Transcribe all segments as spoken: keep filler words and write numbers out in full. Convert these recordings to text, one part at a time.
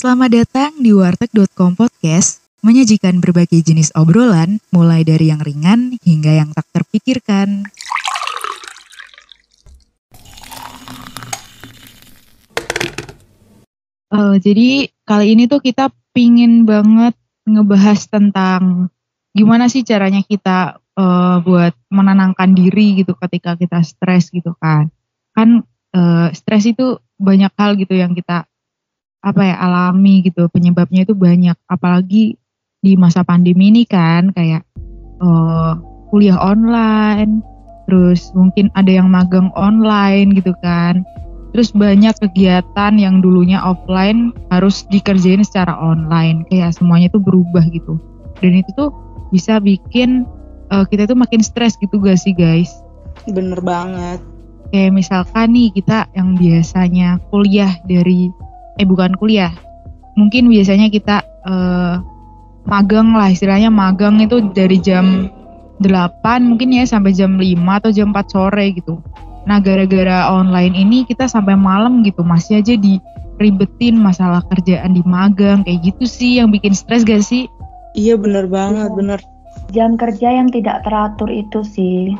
Selamat datang di warteg dot com Podcast, menyajikan berbagai jenis obrolan, mulai dari yang ringan hingga yang tak terpikirkan. Uh, jadi kali ini tuh kita pingin banget ngebahas tentang gimana sih caranya kita uh, buat menenangkan diri gitu ketika kita stres gitu kan. Kan uh, stres itu banyak hal gitu yang kita apa ya alami gitu, penyebabnya itu banyak, apalagi di masa pandemi ini kan kayak uh, kuliah online, terus mungkin ada yang magang online gitu kan, terus banyak kegiatan yang dulunya offline harus dikerjain secara online, kayak semuanya tuh berubah gitu, dan itu tuh bisa bikin uh, kita tuh makin stres gitu gak sih guys? Bener banget. Kayak misalkan nih kita yang biasanya kuliah dari eh bukan kuliah, mungkin biasanya kita uh, magang lah, istilahnya magang itu dari jam delapan mungkin ya sampai jam lima atau jam empat sore gitu. Nah gara-gara online ini kita sampai malam gitu masih aja diribetin masalah kerjaan di magang, kayak gitu sih yang bikin stres gak sih? Iya bener banget, ya. bener. Jam kerja yang tidak teratur itu sih.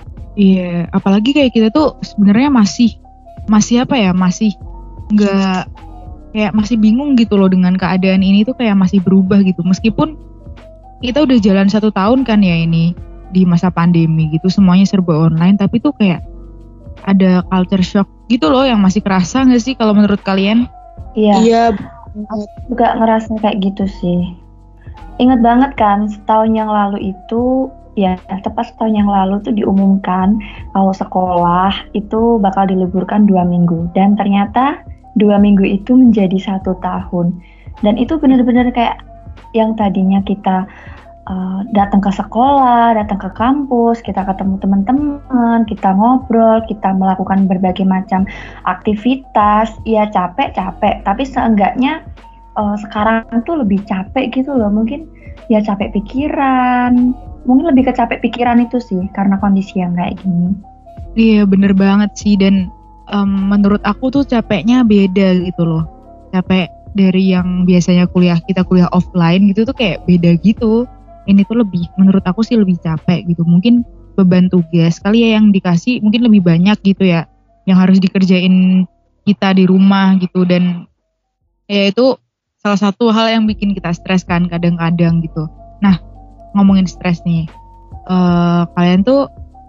Iya, apalagi kayak kita tuh sebenarnya masih masih apa ya, masih nggak kayak masih bingung gitu loh dengan keadaan ini tuh, kayak masih berubah gitu. Meskipun kita udah jalan satu tahun kan ya ini di masa pandemi gitu, semuanya serba online, tapi tuh kayak ada culture shock gitu loh yang masih kerasa nggak sih kalau menurut kalian? Iya. Iya. Aku juga ngerasa kayak gitu sih. Ingat banget kan setahun yang lalu itu, ya tepat setahun yang lalu tuh diumumkan kalau sekolah itu bakal diliburkan dua minggu, dan ternyata dua minggu itu menjadi satu tahun. Dan itu benar-benar kayak yang tadinya kita uh, datang ke sekolah, datang ke kampus, kita ketemu teman-teman, kita ngobrol, kita melakukan berbagai macam aktivitas. Ya capek-capek, tapi seenggaknya uh, sekarang tuh lebih capek gitu loh. Mungkin ya capek pikiran, mungkin lebih ke capek pikiran itu sih karena kondisi yang kayak gini. Iya bener banget sih, dan Um, menurut aku tuh capeknya beda gitu loh. Capek dari yang biasanya kuliah kita kuliah offline gitu tuh kayak beda gitu. Ini tuh lebih, menurut aku sih lebih capek gitu. Mungkin beban tugas kali ya yang dikasih mungkin lebih banyak gitu ya, yang harus dikerjain kita di rumah gitu. Dan ya itu salah satu hal yang bikin kita stres kan kadang-kadang gitu. Nah ngomongin stres nih, uh, kalian tuh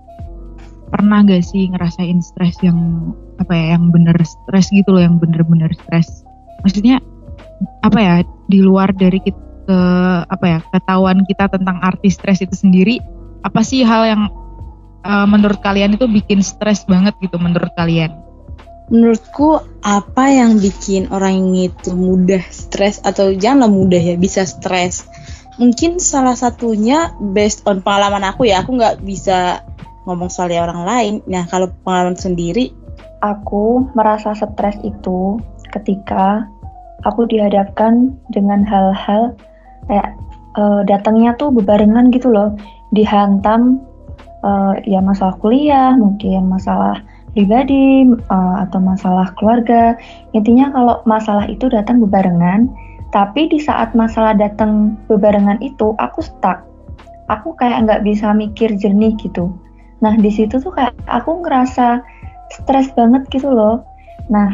pernah gak sih ngerasain stres yang apa ya, yang bener stres gitu loh, yang bener-bener stres? Maksudnya apa ya, di luar dari kita, ke apa ya, ketahuan kita tentang arti stres itu sendiri, apa sih hal yang uh, menurut kalian itu bikin stres banget gitu menurut kalian? Menurutku apa yang bikin orang itu mudah stres, atau janganlah mudah ya, bisa stres. Mungkin salah satunya based on pengalaman aku ya, aku nggak bisa ngomong soalnya orang lain. Nah kalau pengalaman sendiri, aku merasa stres itu ketika aku dihadapkan dengan hal-hal kayak uh, datangnya tuh bebarengan gitu loh, dihantam uh, ya masalah kuliah, mungkin masalah pribadi uh, atau masalah keluarga. Intinya kalau masalah itu datang bebarengan, tapi di saat masalah datang bebarengan itu aku stuck, aku kayak nggak bisa mikir jernih gitu. Nah di situ tuh kayak aku ngerasa stres banget gitu loh. Nah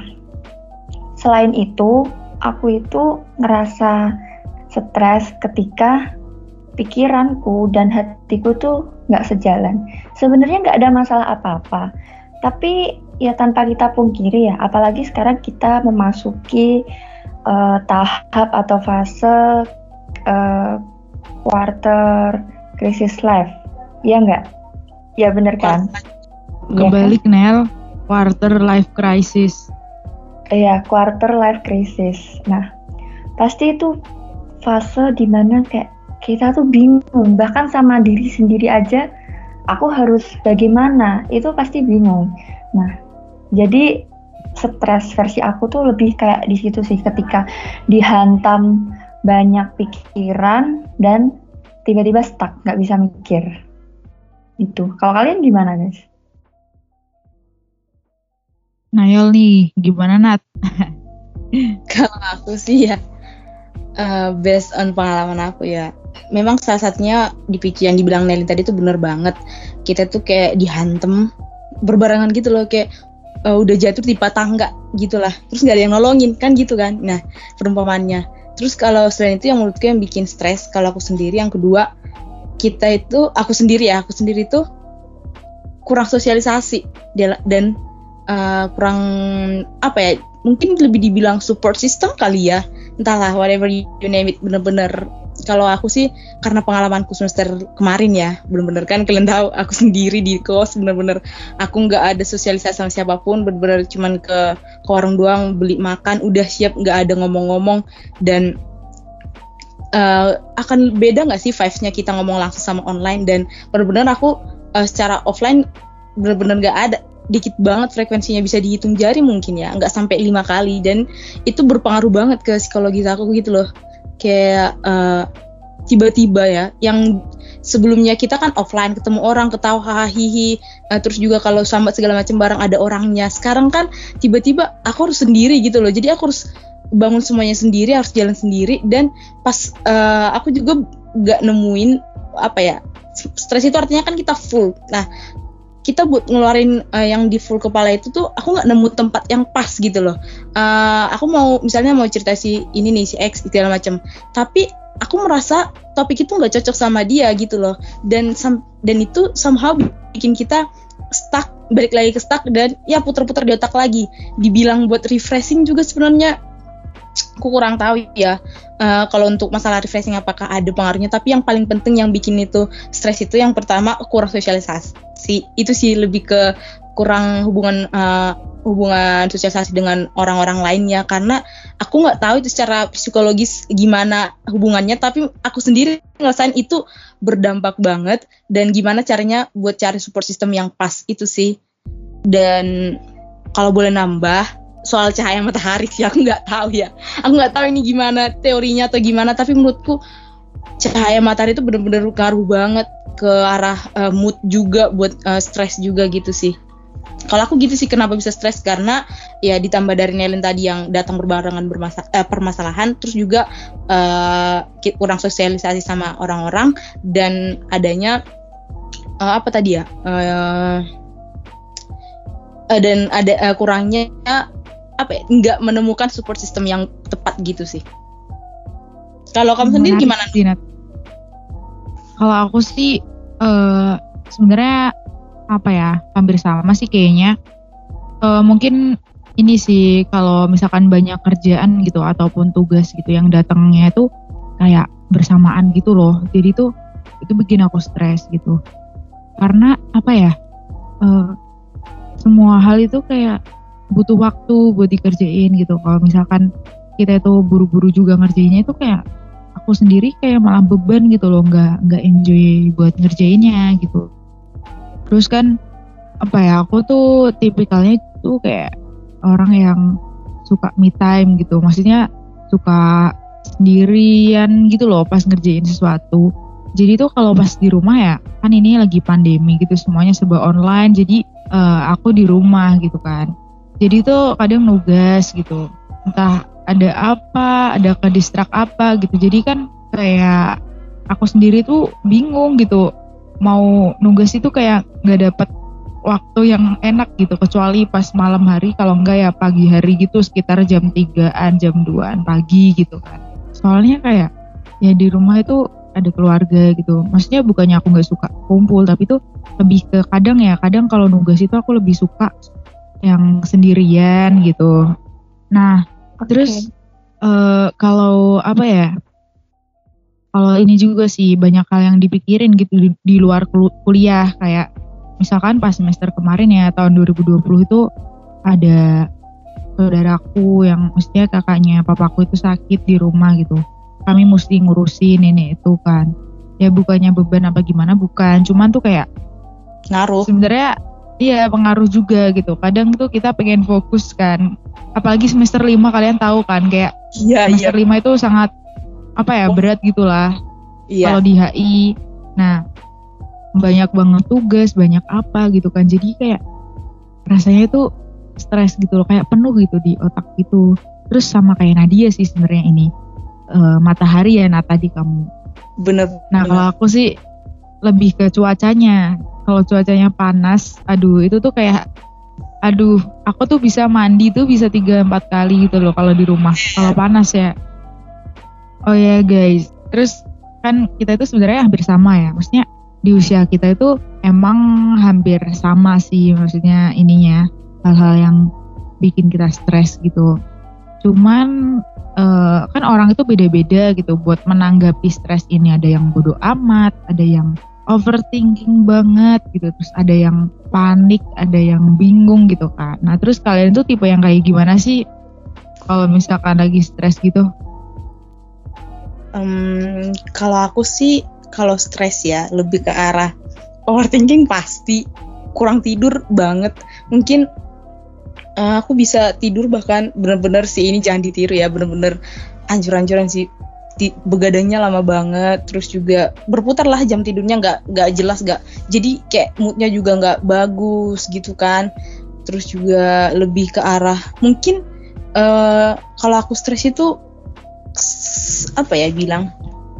selain itu aku itu ngerasa stres ketika pikiranku dan hatiku tuh nggak sejalan. Sebenarnya nggak ada masalah apa-apa, tapi ya tanpa kita pungkiri ya, apalagi sekarang kita memasuki uh, tahap atau fase uh, quarter crisis life, ya nggak? Ya bener kan? Kebalik ya, kan? Nel, quarter life crisis. Iya, quarter life crisis. Nah, pasti itu fase dimana kayak kita tuh bingung, bahkan sama diri sendiri aja, aku harus bagaimana, itu pasti bingung. Nah, jadi stres versi aku tuh lebih kayak di situ sih, ketika dihantam banyak pikiran dan tiba-tiba stuck, nggak bisa mikir. Itu. Kalau kalian gimana guys? Nayol nih, gimana Nat? Kalau aku sih ya uh, based on pengalaman aku ya. Memang salah satunya di P C yang dibilang Nelly tadi tuh bener banget. Kita tuh kayak dihantem berbarengan gitu loh, kayak uh, udah jatuh di tangga gitu lah. Terus gak ada yang nolongin kan gitu kan. Nah perumpamannya. Terus kalau selain itu yang menurutku yang bikin stres kalau aku sendiri, yang kedua kita itu, aku sendiri ya, aku sendiri tuh kurang sosialisasi dan uh, kurang apa ya, mungkin lebih dibilang support system kali ya, entahlah, whatever you name it. Bener-bener kalau aku sih karena pengalamanku semester kemarin ya, bener-bener kan kalian tahu aku sendiri di kos, bener-bener aku nggak ada sosialisasi sama siapapun, bener-bener cuman ke ke warung doang beli makan udah siap, nggak ada ngomong-ngomong. Dan uh, akan beda nggak sih vibes-nya kita ngomong langsung sama online, dan bener-bener aku Uh, secara offline benar-benar nggak ada, dikit banget frekuensinya, bisa dihitung jari mungkin ya, nggak sampai lima kali, dan itu berpengaruh banget ke psikologis aku gitu loh. Kayak uh, tiba-tiba ya, yang sebelumnya kita kan offline ketemu orang ketawa hahihi, uh, terus juga kalau sambat segala macam barang ada orangnya. Sekarang kan tiba-tiba aku harus sendiri gitu loh, jadi aku harus bangun semuanya sendiri, harus jalan sendiri. Dan pas uh, aku juga nggak nemuin apa ya, stres itu artinya kan kita full. Nah, kita buat ngeluarin uh, yang di full kepala itu tuh aku nggak nemu tempat yang pas gitu loh. Uh, aku mau misalnya mau cerita si ini nih, si X segala macam, tapi aku merasa topik itu nggak cocok sama dia gitu loh. Dan dan itu somehow bikin kita stuck, balik lagi ke stuck, dan ya putar-putar di otak lagi. Dibilang buat refreshing juga sebenarnya aku kurang tahu ya. Uh, kalau untuk masalah refreshing apakah ada pengaruhnya, tapi yang paling penting yang bikin itu stres itu yang pertama kurang sosialisasi. Itu sih lebih ke kurang hubungan uh, hubungan sosialisasi dengan orang-orang lainnya, karena aku nggak tahu itu secara psikologis gimana hubungannya, tapi aku sendiri ngerasain itu berdampak banget. Dan gimana caranya buat cari support system yang pas itu sih. Dan kalau boleh nambah soal cahaya matahari sih, aku nggak tahu ya, aku nggak tahu ini gimana teorinya atau gimana, tapi menurutku cahaya matahari itu benar-benar ngaruh banget ke arah uh, mood juga, buat uh, stres juga gitu sih. Kalau aku gitu sih, kenapa bisa stres, karena ya ditambah dari Nelen tadi yang datang berbarengan bermasa- eh, permasalahan, terus juga uh, kurang sosialisasi sama orang-orang, dan adanya uh, apa tadi ya uh, uh, dan ada uh, kurangnya apa ya, nggak menemukan support system yang tepat gitu sih. Kalau kamu sendiri gimana? Kalau aku sih uh, sebenarnya apa ya, hampir sama sih kayaknya. Uh, mungkin ini sih, kalau misalkan banyak kerjaan gitu ataupun tugas gitu yang datangnya itu kayak bersamaan gitu loh. Jadi tuh itu bikin aku stres gitu. Karena apa ya? Uh, semua hal itu kayak butuh waktu buat dikerjain gitu. Kalau misalkan kita itu buru-buru juga ngerjainnya, itu kayak aku sendiri kayak malah beban gitu loh, nggak nggak enjoy buat ngerjainnya gitu. Terus kan apa ya, aku tuh tipikalnya tuh kayak orang yang suka me time gitu, maksudnya suka sendirian gitu loh pas ngerjain sesuatu. Jadi tuh kalau pas di rumah ya, kan ini lagi pandemi gitu, semuanya serba online, jadi uh, aku di rumah gitu kan. Jadi tuh kadang nugas gitu, entah ada apa, ada ke distrak apa gitu. Jadi kan kayak aku sendiri tuh bingung gitu, mau nugas itu kayak nggak dapet waktu yang enak gitu, kecuali pas malam hari, kalau enggak ya pagi hari gitu, sekitar jam tigaan, jam duaan pagi gitu kan. Soalnya kayak ya di rumah itu ada keluarga gitu. Maksudnya bukannya aku nggak suka kumpul, tapi tuh lebih ke kadang ya, kadang kalau nugas itu aku lebih suka yang sendirian gitu. Nah, okay. Terus uh, kalau apa ya? Kalau ini juga sih banyak hal yang dipikirin gitu di, di luar kuliah, kayak misalkan pas semester kemarin ya, tahun dua ribu dua puluh itu ada saudaraku yang maksudnya kakaknya papaku itu sakit di rumah gitu. Kami mesti ngurusin nenek itu kan. Ya bukannya beban apa gimana, bukan, cuman tuh kayak ngaruh. Sebenarnya iya pengaruh juga gitu. Kadang tuh kita pengen fokus kan. Apalagi semester lima, kalian tahu kan, kayak ya, semester iya. lima itu sangat apa ya, berat gitulah. Iya. Kalau di H I. Nah, banyak banget tugas, banyak apa gitu kan. Jadi kayak rasanya itu stres gitu loh, kayak penuh gitu di otak gitu. Terus sama kayak Nadia sih sebenarnya ini. uh, matahari ya Nat tadi kamu. Bener. Nah bener. kalau aku sih lebih ke cuacanya. Kalau cuacanya panas, aduh itu tuh kayak, aduh aku tuh bisa mandi tuh bisa tiga empat kali gitu loh kalau di rumah. Kalau panas ya. Oh ya guys, terus kan kita itu sebenarnya hampir sama ya. Maksudnya di usia kita itu emang hampir sama sih, maksudnya ininya hal-hal yang bikin kita stres gitu. Cuman uh, kan orang itu beda-beda gitu buat menanggapi stres ini. Ada yang bodoh amat, ada yang overthinking banget gitu, terus ada yang panik, ada yang bingung gitu kan. Nah terus kalian tuh tipe yang kayak gimana sih kalau misalkan lagi stres gitu? Um, kalau aku sih kalau stres ya lebih ke arah overthinking pasti, kurang tidur banget. Mungkin uh, aku bisa tidur bahkan bener-bener sih, ini jangan ditiru ya, bener-bener anjur-anjuran sih, Ti- begadangnya lama banget. Terus juga berputar lah jam tidurnya, nggak nggak jelas, nggak, jadi kayak moodnya juga nggak bagus gitu kan. Terus juga lebih ke arah mungkin uh, kalau aku stres itu apa ya bilang,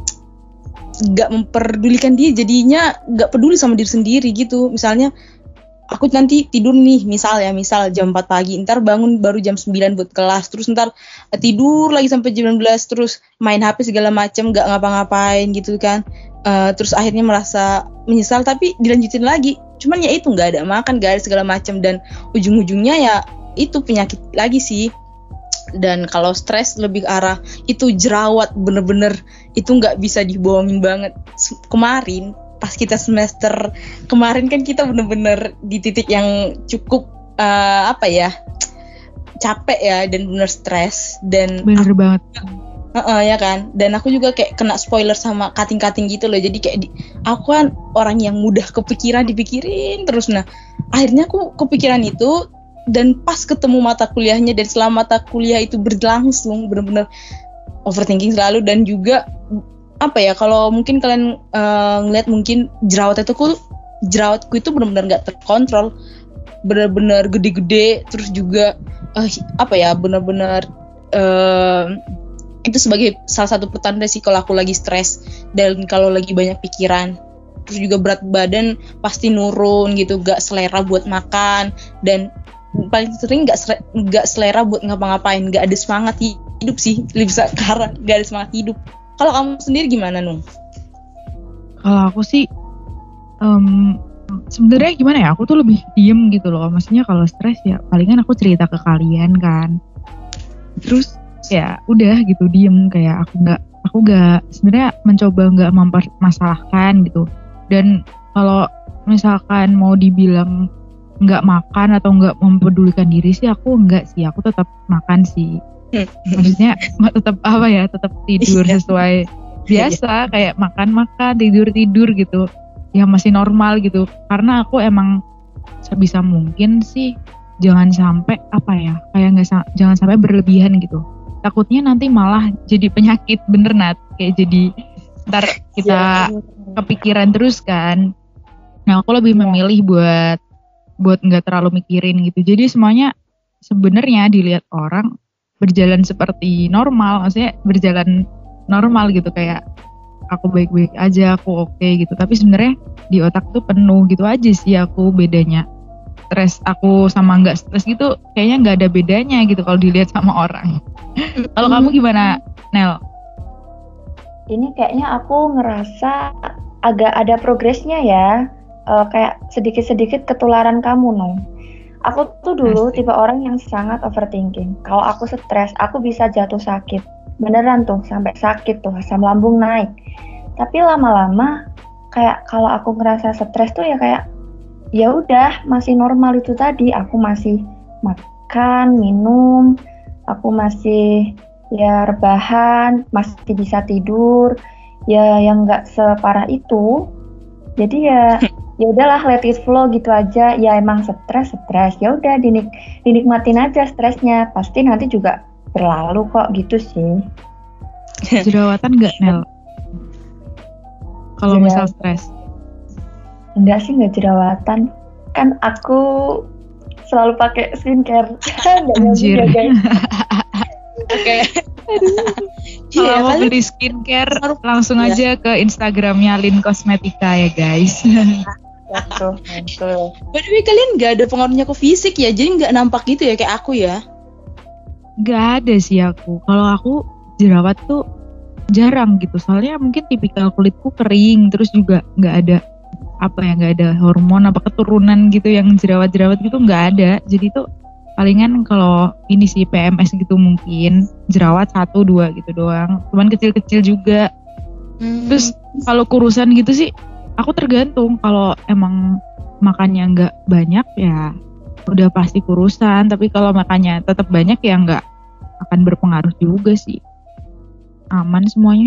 nggak memperdulikan dia, jadinya nggak peduli sama diri sendiri gitu. Misalnya aku nanti tidur nih, misal ya, misal jam empat pagi, ntar bangun baru jam sembilan buat kelas, terus ntar tidur lagi sampai jam sembilan belas, terus main H P segala macam, nggak ngapa-ngapain gitu kan. Uh, terus akhirnya merasa menyesal, tapi dilanjutin lagi. Cuman ya itu, nggak ada makan, nggak ada segala macam, dan ujung-ujungnya ya itu penyakit lagi sih. Dan kalau stres lebih ke arah itu jerawat, bener-bener itu nggak bisa dibohongin banget. Kemarin pas kita semester kemarin kan kita bener-bener di titik yang cukup uh, apa ya, capek ya, dan bener stres. Dan bener aku, banget uh-uh, ya kan. Dan aku juga kayak kena spoiler sama kating-kating gitu loh. Jadi kayak di, aku kan orang yang mudah kepikiran, dipikirin terus. Nah akhirnya aku kepikiran itu, dan pas ketemu mata kuliahnya, dan selama mata kuliah itu berlangsung benar-benar overthinking selalu. Dan juga apa ya, kalau mungkin kalian uh, ngeliat mungkin jerawat itu ku jerawatku itu benar-benar nggak terkontrol, benar-benar gede-gede. Terus juga uh, apa ya, benar-benar uh, itu sebagai salah satu petanda sih kalau aku lagi stres dan kalau lagi banyak pikiran. Terus juga berat badan pasti nurun gitu, gak selera buat makan, dan paling sering nggak nggak selera buat ngapa-ngapain, nggak ada semangat hidup sih, lebih sekarang nggak ada semangat hidup. Kalau kamu sendiri gimana, Nung? Kalau aku sih um, sebenarnya gimana ya, aku tuh lebih diem gitu loh. Maksudnya kalau stres ya palingan aku cerita ke kalian kan, terus ya udah gitu diem, kayak aku nggak aku nggak sebenarnya mencoba nggak mempermasalahkan gitu. Dan kalau misalkan mau dibilang nggak makan atau nggak mempedulikan diri sih, aku nggak sih, aku tetap makan sih. Maksudnya tetap apa ya, tetap tidur sesuai biasa, kayak makan-makan, tidur-tidur gitu, ya masih normal gitu. Karena aku emang sebisa mungkin sih jangan sampai apa ya, kayak nggak jangan sampai berlebihan gitu. Takutnya nanti malah jadi penyakit bener Nat, kayak jadi ntar kita kepikiran terus kan. Nah aku lebih memilih buat buat nggak terlalu mikirin gitu. Jadi semuanya sebenarnya dilihat orang berjalan seperti normal, maksudnya berjalan normal gitu, kayak aku baik-baik aja, aku oke okay gitu. Tapi sebenarnya di otak tuh penuh gitu aja sih aku bedanya. Stres aku sama nggak stres gitu kayaknya nggak ada bedanya gitu kalau dilihat sama orang. Kalau kamu gimana, Nel? Ini kayaknya aku ngerasa agak ada progresnya ya. Uh, kayak sedikit-sedikit ketularan kamu, Nung. Aku tuh dulu tipe orang yang sangat overthinking. Kalau aku stres, aku bisa jatuh sakit. Beneran tuh, sampai sakit tuh, asam lambung naik. Tapi lama-lama, kayak kalau aku ngerasa stres tuh ya kayak, ya udah masih normal itu tadi. Aku masih makan, minum, aku masih ya rebahan, masih bisa tidur. Ya yang nggak separah itu. Jadi ya ya udahlah, let it flow gitu aja. Ya emang stres stres, ya udah dinik dinikmatin aja stresnya, pasti nanti juga berlalu kok gitu sih. Jerawatan nggak, Nel? Kalau misal stres? Enggak sih, nggak jerawatan. Kan aku selalu pakai skincare. Anjir. Oke. Iya, Kalau mau kalian beli skincare Harus- langsung ya. aja ke Instagramnya Lin Cosmetica ya guys. Betul, betul. By the way, kalian nggak ada pengaruhnya ke fisik ya, jadi nggak nampak gitu ya kayak aku ya. Gak ada sih aku. Kalau aku jerawat tuh jarang gitu. Soalnya mungkin tipikal kulitku kering, terus juga nggak ada apa ya, nggak ada hormon apa keturunan gitu yang jerawat-jerawat gitu nggak ada. Jadi tuh palingan kalau ini sih P M S gitu mungkin jerawat satu dua gitu doang. Cuman kecil-kecil juga. Hmm. Terus kalau kurusan gitu sih, aku tergantung. Kalau emang makannya nggak banyak ya udah pasti kurusan. Tapi kalau makannya tetap banyak ya nggak akan berpengaruh juga sih. Aman semuanya.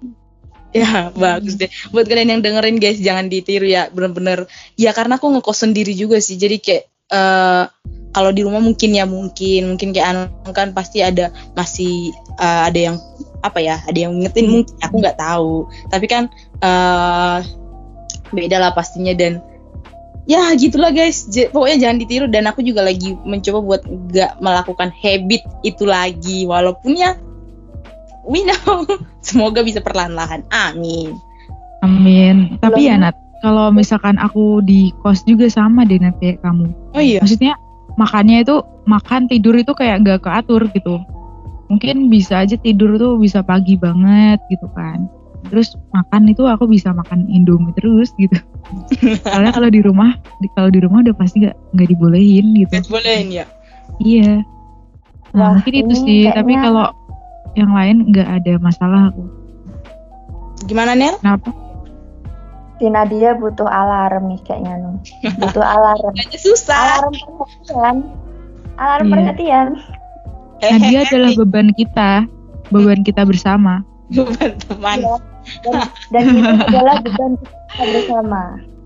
Ya bagus deh. Buat kalian yang dengerin guys, jangan ditiru ya, bener-bener. Ya karena aku ngekos sendiri juga sih. Jadi kayak eh kalau di rumah mungkin ya mungkin mungkin kayak anu kan pasti ada masih eh, ada yang apa ya, ada yang ngingetin mungkin aku nggak tahu. Tapi kan eh beda lah pastinya dan ya gitulah guys. J- pokoknya jangan ditiru dan aku juga lagi mencoba buat nggak melakukan habit itu lagi walaupun ya we know semoga bisa perlahan-lahan. Amin. Amin. Tapi ya Belum. Nat, kalau misalkan aku di kos juga sama deh Nat kayak kamu. Oh iya. Maksudnya makannya itu makan tidur itu kayak gak keatur gitu. Mungkin bisa aja tidur tuh bisa pagi banget gitu kan. Terus makan itu aku bisa makan Indomie terus gitu. Soalnya kalau di rumah, di, kalau di rumah udah pasti gak nggak dibolehin gitu. Gak bolehin ya. Iya. Nah Wah, mungkin itu ini sih. Tapi kayaknya- kalau yang lain nggak ada masalah aku. Gimana Nel? Kenapa? Si Nadia butuh alarm nih kayaknya nih. Butuh alarm. Kayaknya susah. Alarm perhatian. Alarm Iya. perhatian. Nah dia adalah beban kita, beban kita bersama. beban teman. Iya. Dan, dan itu adalah beban kita bersama.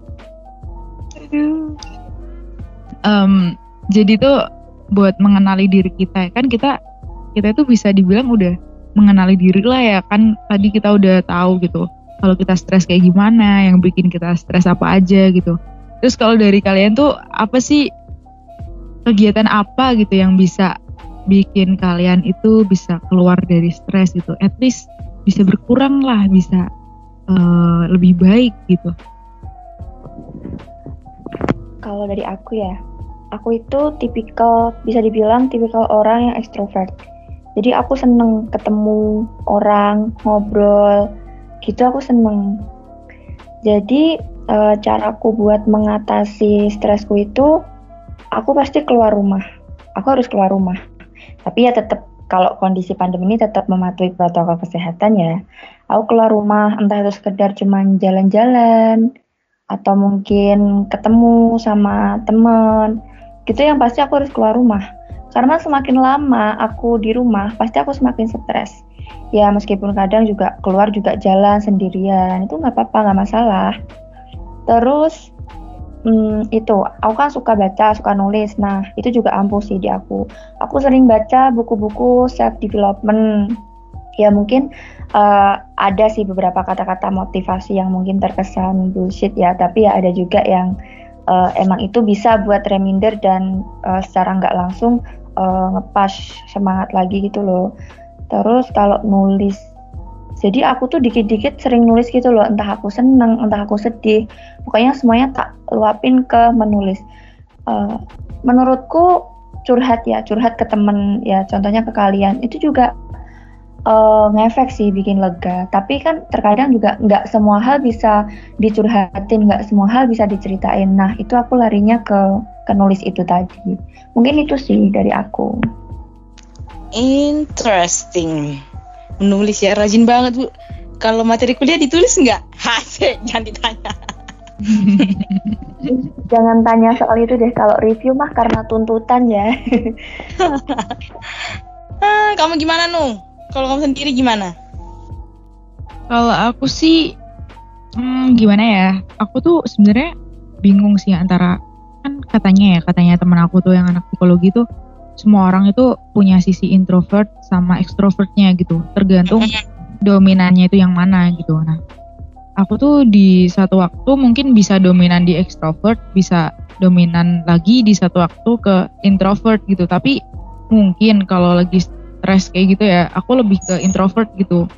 Em, jadi tuh buat mengenali diri kita kan kita kita itu bisa dibilang udah mengenali diri lah ya kan. Tadi kita udah tahu gitu kalau kita stres kayak gimana, yang bikin kita stres apa aja gitu. Terus kalau dari kalian tuh apa sih kegiatan apa gitu yang bisa bikin kalian itu bisa keluar dari stres gitu, at least bisa berkurang lah, bisa eh, lebih baik gitu. Kalau dari aku ya, aku itu tipikal, bisa dibilang tipikal orang yang ekstrovert. Jadi aku seneng ketemu orang, ngobrol, gitu aku seneng. Jadi e, caraku buat mengatasi stresku itu, aku pasti keluar rumah. Aku harus keluar rumah. Tapi ya tetap kalau kondisi pandemi ini tetap mematuhi protokol kesehatan ya. Aku keluar rumah, entah itu sekedar cuman jalan-jalan, atau mungkin ketemu sama teman. Gitu yang pasti aku harus keluar rumah. Karena semakin lama aku di rumah, pasti aku semakin stres. Ya meskipun kadang juga keluar juga jalan sendirian, itu nggak apa-apa, nggak masalah. Terus hmm, itu, aku kan suka baca, suka nulis. Nah itu juga ampuh sih di aku. Aku sering baca buku-buku self development. Ya mungkin uh, ada sih beberapa kata-kata motivasi yang mungkin terkesan bullshit ya, tapi ya ada juga yang uh, emang itu bisa buat reminder dan uh, secara nggak langsung uh, ngepas semangat lagi gitu loh. Terus kalau nulis, jadi aku tuh dikit-dikit sering nulis gitu loh, entah aku seneng, entah aku sedih, pokoknya semuanya tak luapin ke menulis. Uh, menurutku curhat ya, curhat ke temen ya, contohnya ke kalian, itu juga Uh, ngefek sih, bikin lega. Tapi kan terkadang juga nggak semua hal bisa dicurhatin, nggak semua hal bisa diceritain. Nah itu aku larinya ke, ke nulis itu tadi. Mungkin itu sih dari aku. Interesting. Menulis ya, rajin banget Bu. Kalau materi kuliah ditulis nggak? Hasek, jangan ditanya. Jangan tanya soal itu deh. Kalau review mah karena tuntutan ya. ah, kamu gimana Nung? Kalau kamu sendiri gimana? Kalau aku sih, hmm, gimana ya? Aku tuh sebenarnya bingung sih antara, kan katanya ya, katanya teman aku tuh yang anak psikologi tuh, semua orang itu punya sisi introvert sama extrovertnya gitu, tergantung dominannya itu yang mana gitu. Nah, aku tuh di satu waktu mungkin bisa dominan di extrovert, bisa dominan lagi di satu waktu ke introvert gitu. Tapi mungkin kalau lagi stres kayak gitu ya, aku lebih ke introvert gitu.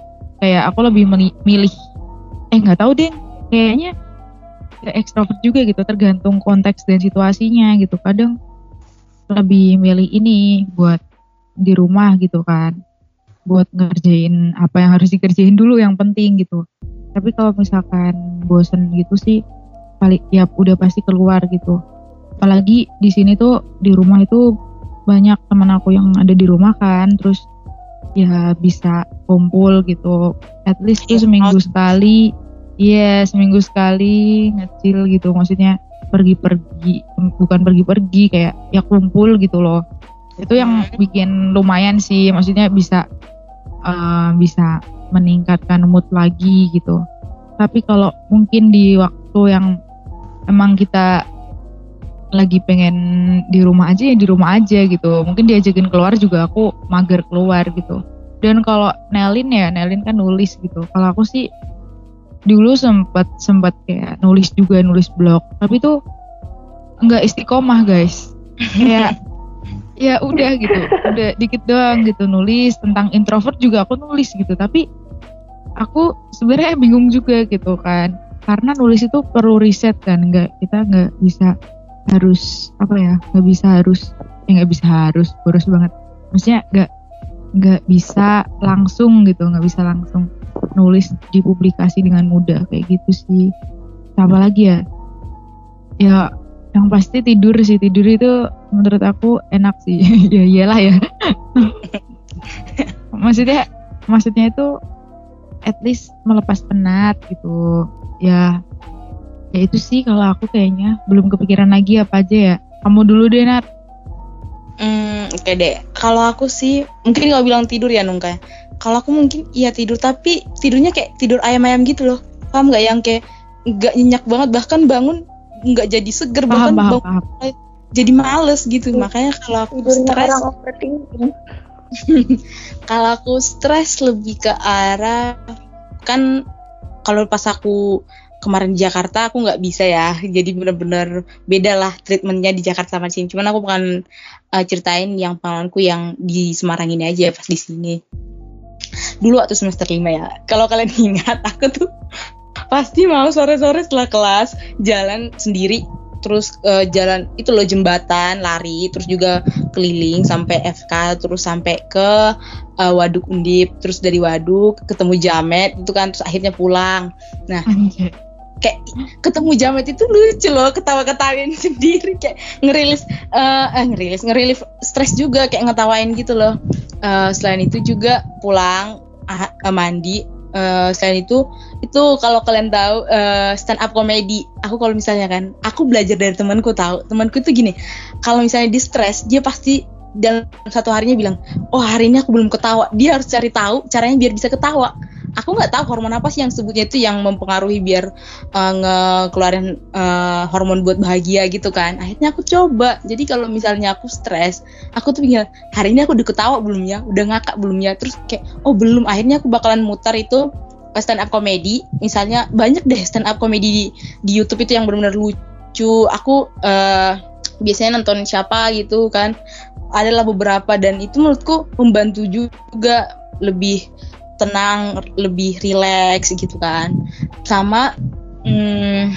kayak aku lebih meli- milih eh nggak tahu deh, kayaknya ekstrovert juga gitu, tergantung konteks dan situasinya gitu. Kadang lebih milih ini buat di rumah gitu kan, buat ngerjain apa yang harus dikerjain dulu yang penting gitu. Tapi kalau misalkan bosen gitu sih paling ya udah pasti keluar gitu. Apalagi di sini tuh di rumah itu banyak teman aku yang ada di rumah kan, terus ya bisa kumpul gitu, at least tuh seminggu sekali. Iya, yeah, seminggu sekali ngecil gitu, maksudnya pergi-pergi, bukan pergi-pergi, kayak ya kumpul gitu loh. Itu yang bikin lumayan sih, maksudnya bisa uh, bisa meningkatkan mood lagi gitu. Tapi kalau mungkin di waktu yang emang kita lagi pengen di rumah aja ya di rumah aja gitu. Mungkin diajakin keluar juga aku mager keluar gitu. Dan kalau Nelin ya, Nelin kan nulis gitu. Kalau aku sih dulu sempat sempat kayak nulis juga, nulis blog, tapi tuh nggak istiqomah guys. Kayak ya udah gitu, udah dikit doang gitu nulis tentang introvert juga aku nulis gitu, tapi aku sebenarnya bingung juga gitu kan, karena nulis itu perlu riset kan, nggak kita nggak bisa harus apa ya, nggak bisa harus ya nggak bisa harus boros banget, maksudnya nggak nggak bisa langsung gitu, nggak bisa langsung nulis dipublikasi dengan mudah kayak gitu sih. Apa lagi ya? Ya yang pasti tidur sih, tidur itu menurut aku enak sih. Ya iyalah ya. maksudnya maksudnya itu at least melepas penat gitu. Ya ya itu sih kalau aku kayaknya belum kepikiran lagi apa aja ya. Kamu dulu deh Nat. Hmm, oke okay deh. Kalau aku sih mungkin kalau bilang tidur ya Nungka. Kalau aku mungkin iya tidur, tapi tidurnya kayak tidur ayam-ayam gitu loh. Paham nggak, yang kayak nggak nyenyak banget, bahkan bangun nggak jadi seger, paham, bahkan paham, bangun paham. jadi males gitu. Hmm. Makanya kalau aku stres, kalau aku stres lebih ke arah kan kalau pas aku kemarin di Jakarta aku nggak bisa ya, jadi benar-benar beda lah treatmentnya di Jakarta sama sini. Cuman aku bukan uh, ceritain yang pengalamanku yang di Semarang ini aja pas di sini. Dulu waktu semester lima ya, kalau kalian ingat aku tuh pasti mau sore-sore setelah kelas jalan sendiri, terus uh, jalan itu loh jembatan, lari, terus juga keliling sampai F K, terus sampai ke uh, Waduk Undip, terus dari Waduk ketemu Jamet itu kan, terus akhirnya pulang. Nah kayak ketemu Jamet itu lucu loh, ketawa-ketawain sendiri, kayak ngerilis uh, eh ngerilis ngerilis stres juga, kayak ngetawain gitu loh. Uh, selain itu juga pulang uh, uh, mandi. Uh, selain itu itu kalau kalian tahu uh, stand up comedy, aku kalau misalnya kan aku belajar dari temanku, tahu temanku itu gini, kalau misalnya di stres dia pasti dalam satu harinya bilang, oh hari ini aku belum ketawa, dia harus cari tahu caranya biar bisa ketawa. Aku nggak tahu hormon apa sih yang sebutnya itu yang mempengaruhi biar uh, ngekeluarin uh, hormon buat bahagia gitu kan. Akhirnya aku coba. Jadi kalau misalnya aku stres, aku tuh pikir hari ini aku udah ketawa belum ya, udah ngakak belum ya. Terus kayak oh belum. Akhirnya aku bakalan mutar itu stand up comedy. Misalnya banyak deh stand up comedy di, di YouTube itu yang benar-benar lucu. Aku uh, biasanya nonton siapa gitu kan. Adalah beberapa, dan itu menurutku membantu juga, lebih tenang, lebih rileks gitu kan. Sama hmm,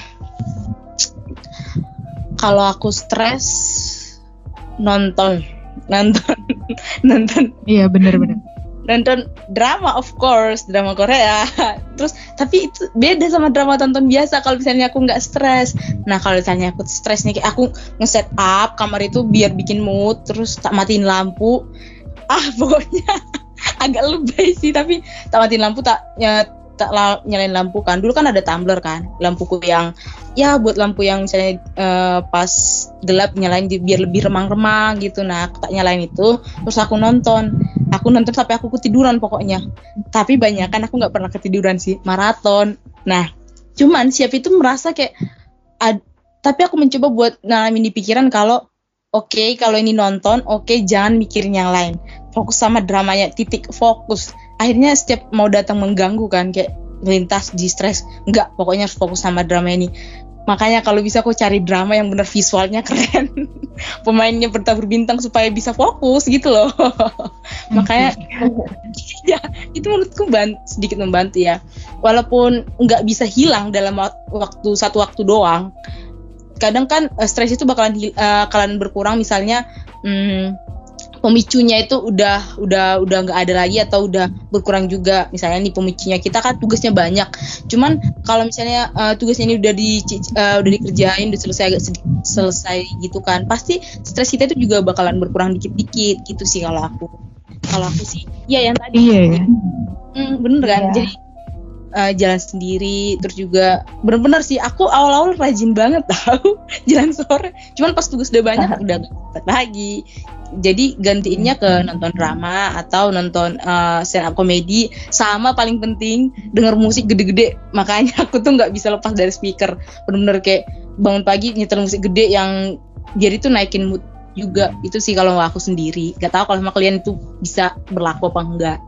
kalau aku stres nonton nonton nonton iya benar-benar nonton drama, of course drama Korea. Terus tapi itu beda sama drama tonton biasa kalau misalnya aku nggak stres. Nah kalau misalnya aku stres nih, kayak aku nge-set up kamar itu biar bikin mood, terus tak matiin lampu, ah pokoknya agak lebay sih, tapi tak matiin lampu, tak ya, tak la, nyalain lampu kan. Dulu kan ada tumbler kan, lampuku yang ya buat lampu yang misalnya uh, pas gelap nyalain biar lebih remang-remang gitu. Nah aku tak nyalain itu, terus aku nonton aku nonton sampai aku ketiduran pokoknya. Tapi banyak kan aku nggak pernah ketiduran sih, maraton. Nah cuman siap itu merasa kayak ad, tapi aku mencoba buat nalamin di pikiran kalau oke okay, kalau ini nonton oke okay, jangan mikirin yang lain, fokus sama dramanya, titik fokus. Akhirnya setiap mau datang mengganggu kan, kayak melintas di stres, enggak, pokoknya harus fokus sama drama ini. Makanya kalau bisa aku cari drama yang benar visualnya keren, pemainnya bertabur bintang supaya bisa fokus gitu loh. Makanya ya itu menurutku ban- sedikit membantu ya, walaupun nggak bisa hilang dalam wak- waktu satu waktu doang. Kadang kan uh, stres itu bakalan hil- uh, bakalan berkurang misalnya hmm, pemicunya itu udah udah udah nggak ada lagi atau udah berkurang juga. Misalnya nih pemicunya kita kan tugasnya banyak, cuman kalau misalnya uh, tugasnya ini udah di uh, udah dikerjain udah selesai agak sedikit selesai gitu kan, pasti stres kita itu juga bakalan berkurang dikit-dikit gitu sih kalau aku. Kalau aku sih ya yang tadi Iya ya. hmm, bener kan. Iya. Jadi uh, jalan sendiri, terus juga bener-bener sih aku awal-awal rajin banget tahu jalan sore, cuman pas tugas udah banyak udah gak sempet lagi. Jadi gantiinnya ke nonton drama atau nonton uh, stand up comedy, sama paling penting denger musik gede-gede. Makanya aku tuh nggak bisa lepas dari speaker, bener-bener kayak bangun pagi nyetel musik gede yang jadi tuh naikin mood juga. Itu sih kalau aku sendiri. Gak tahu kalau sama kalian itu bisa berlaku apa enggak.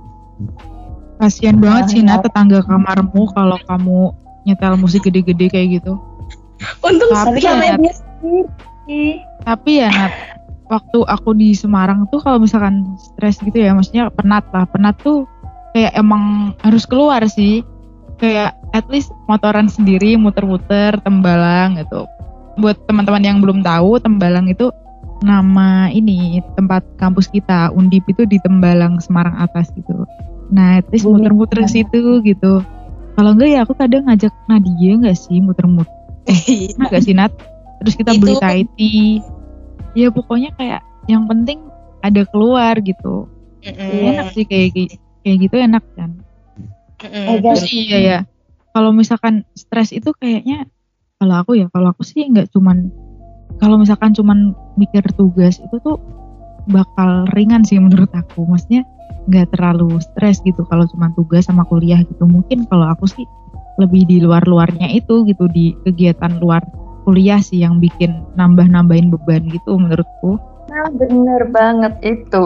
Kasian banget sih Nat, tetangga kamarmu kalau kamu nyetel musik gede-gede kayak gitu. Untung Tapi tapi ya, Nat, dia sendiri. tapi ya Nat, waktu aku di Semarang tuh kalau misalkan stres gitu ya, maksudnya penat lah, penat tuh kayak emang harus keluar sih. Kayak at least motoran sendiri, muter-muter Tembalang gitu. Buat teman-teman yang belum tahu, Tembalang itu nama ini tempat kampus kita, Undip itu di Tembalang Semarang atas gitu. Nah, at least muter-muter ke situ gitu. Kalau enggak ya aku kadang ngajak Nadia enggak sih muter-muter. Eh, enggak sih Nat? Terus kita Itu- beli Thai tea. Ya pokoknya kayak yang penting ada keluar gitu. Mm-mm. Enak sih kayak gi- kayak gitu enak kan. Mm-mm. Eh, guys. Terus iya ya. Kalau misalkan stres itu kayaknya kalau aku ya, kalau aku sih nggak cuman kalau misalkan cuman mikir tugas itu tuh bakal ringan sih menurut aku. Maksudnya nggak terlalu stres gitu kalau cuman tugas sama kuliah gitu. Mungkin kalau aku sih lebih di luar-luarnya itu gitu, di kegiatan luar kuliah sih yang bikin nambah-nambahin beban gitu menurutku. Nah, bener banget itu.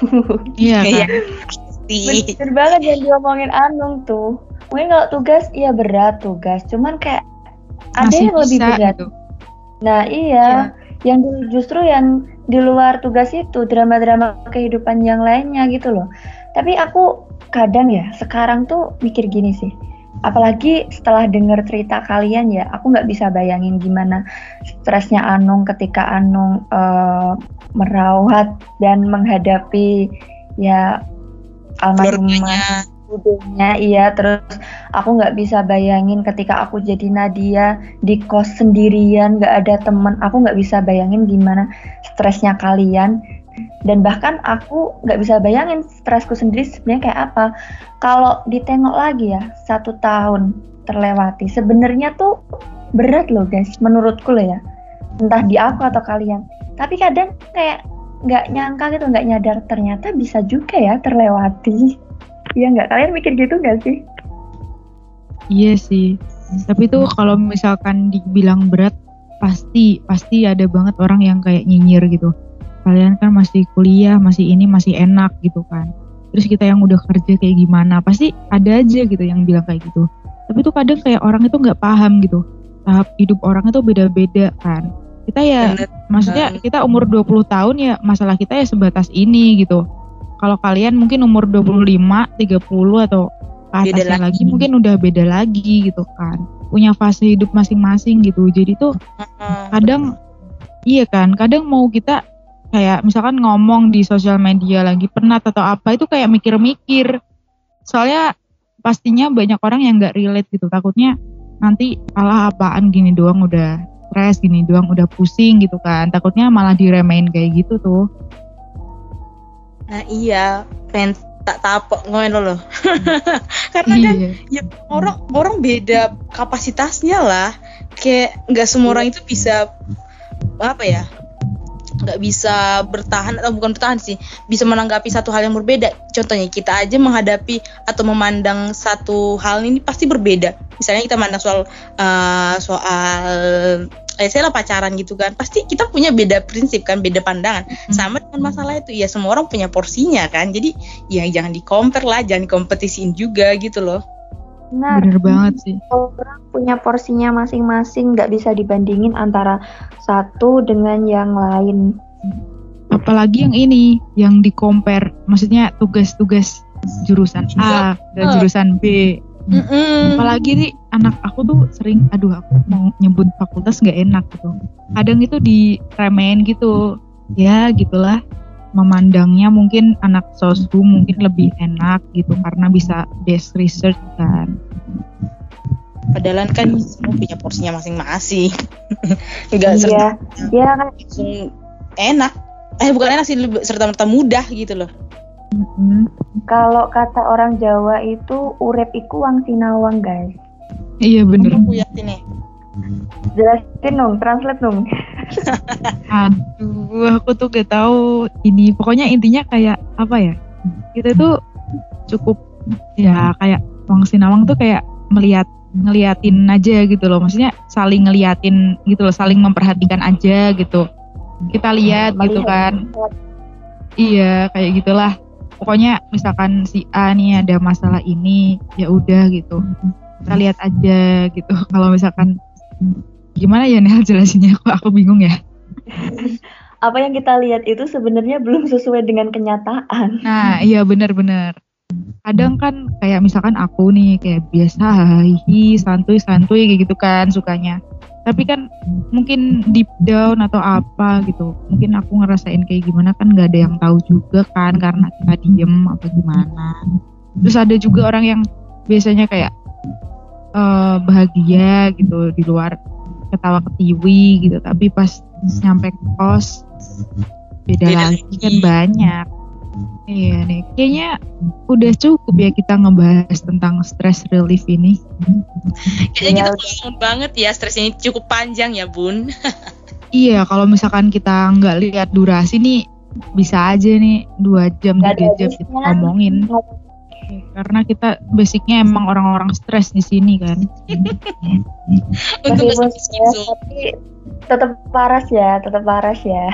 Iya Iya. kan? Pasti. Bener banget yang diomongin Anung tuh. Mungkin kalau tugas, iya berat tugas. Cuman kayak ada Masih yang lebih bisa berat. gitu. Nah iya, yang di- justru yang di luar tugas itu drama-drama kehidupan yang lainnya gitu loh. Tapi aku kadang ya sekarang tuh mikir gini sih. Apalagi setelah dengar cerita kalian ya, aku nggak bisa bayangin gimana stresnya Anung ketika Anung eh, merawat dan menghadapi ya almarhumah Keluarganya. budenya. Iya, terus aku nggak bisa bayangin ketika aku jadi Nadia di kos sendirian, nggak ada teman. Aku nggak bisa bayangin gimana stresnya kalian. Dan bahkan aku nggak bisa bayangin stresku sendiri sebenarnya kayak apa. Kalau ditengok lagi ya, satu tahun terlewati. Sebenarnya tuh berat loh guys, menurutku loh ya. Entah di aku atau kalian. Tapi kadang kayak nggak nyangka gitu, nggak nyadar ternyata bisa juga ya terlewati. Iya nggak? Kalian mikir gitu nggak sih? Iya sih. Tapi tuh kalau misalkan dibilang berat, pasti pasti ada banget orang yang kayak nyinyir gitu. Kalian kan masih kuliah, masih ini masih enak gitu kan. Terus kita yang udah kerja kayak gimana? Pasti ada aja gitu yang bilang kayak gitu. Tapi tuh kadang kayak orang itu nggak paham gitu. Tahap hidup orang itu beda-beda kan. Kita ya, Bener. maksudnya kita umur dua puluh tahun ya masalah kita ya sebatas ini gitu. Kalau kalian mungkin umur dua puluh lima, tiga puluh atau ke Beda atasnya lagi lagi. mungkin udah beda lagi gitu kan. Punya fase hidup masing-masing gitu. Jadi tuh Heeh. kadang iya kan, kadang mau kita kayak misalkan ngomong di sosial media lagi penat atau apa itu kayak mikir-mikir. Soalnya pastinya banyak orang yang nggak relate gitu. Takutnya nanti alah apaan gini doang udah stres, gini doang udah pusing gitu kan. Takutnya malah diremehin kayak gitu tuh. Nah iya, pengen tak tapok ngono loh. Karena kan Iya. ya orang orang beda kapasitasnya lah. Kayak nggak semua orang itu bisa apa ya? Nggak bisa bertahan atau bukan bertahan sih, bisa menanggapi satu hal yang berbeda. Contohnya kita aja menghadapi atau memandang satu hal ini pasti berbeda. Misalnya kita mandang soal uh, soal eh saya lah pacaran gitu kan, pasti kita punya beda prinsip kan, beda pandangan. Sama dengan masalah itu ya, semua orang punya porsinya kan. Jadi ya jangan di compare lah, jangan dikompetisiin juga gitu loh. Benar. Bener banget sih. Orang punya porsinya masing-masing, nggak bisa dibandingin antara satu dengan yang lain. apalagi yang ini yang di compare, maksudnya tugas-tugas jurusan A dan jurusan B. Mm-mm. Apalagi nih anak aku tuh sering, aduh aku mau nyebut fakultas nggak enak gitu. Kadang itu diremehin gitu, ya gitulah. Memandangnya mungkin anak sosum mungkin lebih enak gitu karena bisa desk research kan. Padahal kan semua punya porsinya masing-masing. Enggak Iya, serta ya kan. langsung enak. Eh bukan enak sih, serta-merta mudah gitu loh. Mm-hmm. Kalau kata orang Jawa itu urip iku wang sinawang, guys. Iya bener. Aku yakin nih. Jelasin dong, translate dong. Aduh, aku tuh gak tahu ini. Pokoknya intinya kayak apa ya? Kita tuh cukup ya kayak wang sinawang tuh kayak melihat ngeliatin aja gitu loh. Maksudnya saling ngeliatin gitu loh, saling memperhatikan aja gitu. Kita lihat gitu kan. Iya, kayak gitulah. Pokoknya misalkan si A nih ada masalah ini, ya udah gitu. Kita lihat aja gitu. Kalau misalkan gimana ya Nel jelasinnya, aku aku bingung ya. Apa yang kita lihat itu sebenarnya belum sesuai dengan kenyataan. Nah, iya benar-benar. Kadang kan kayak misalkan aku nih kayak biasa hihi santuy-santuy kayak gitu kan sukanya. Tapi kan mungkin deep down atau apa gitu. Mungkin aku ngerasain kayak gimana kan nggak ada yang tahu juga kan karena kita diem apa gimana. Terus ada juga orang yang biasanya kayak uh, bahagia gitu di luar ketawa ketiwi gitu. Tapi pas nyampe kos beda, Beda lagi lagi. kan banyak. Iya nih, kayaknya udah cukup ya kita ngebahas tentang stress relief ini. Kayaknya Iya, kita pengalaman banget ya, stres ini cukup panjang ya Bun. Iya, kalau misalkan kita nggak lihat durasi nih, bisa aja nih dua jam, Nggak tiga ada jam kita habisnya. ngomongin. Karena kita basicnya emang orang-orang stres di sini kan. Untuk Meskipun masih stres, tapi tetap waras ya, tetap waras ya.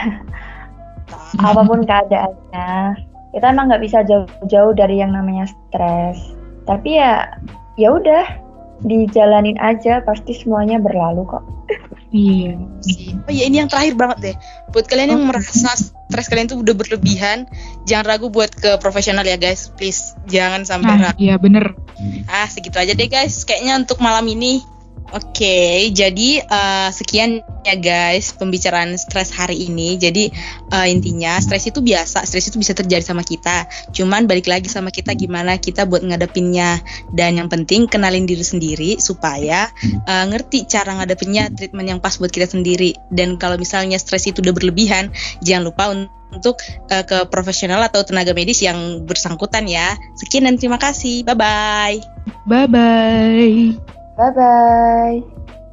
Apapun keadaannya, kita emang nggak bisa jauh-jauh dari yang namanya stres. Tapi ya, ya udah, dijalanin aja, pasti semuanya berlalu kok. Iya. Oh iya, ini yang terakhir banget deh. Buat kalian yang merasa stres kalian tuh udah berlebihan, jangan ragu buat ke profesional ya guys, please. Jangan sampai Nah, ragu. iya bener. Ah, segitu aja deh guys. Kayaknya untuk malam ini. Oke, jadi uh, sekian ya guys pembicaraan stres hari ini. Jadi uh, intinya stres itu biasa, stres itu bisa terjadi sama kita. Cuman balik lagi sama kita gimana kita buat ngadepinnya. Dan yang penting kenalin diri sendiri supaya uh, ngerti cara ngadepinnya, treatment yang pas buat kita sendiri. Dan kalau misalnya stres itu udah berlebihan, jangan lupa un- untuk uh, ke profesional atau tenaga medis yang bersangkutan ya. Sekian dan terima kasih. Bye bye. Bye-bye. Bye-bye.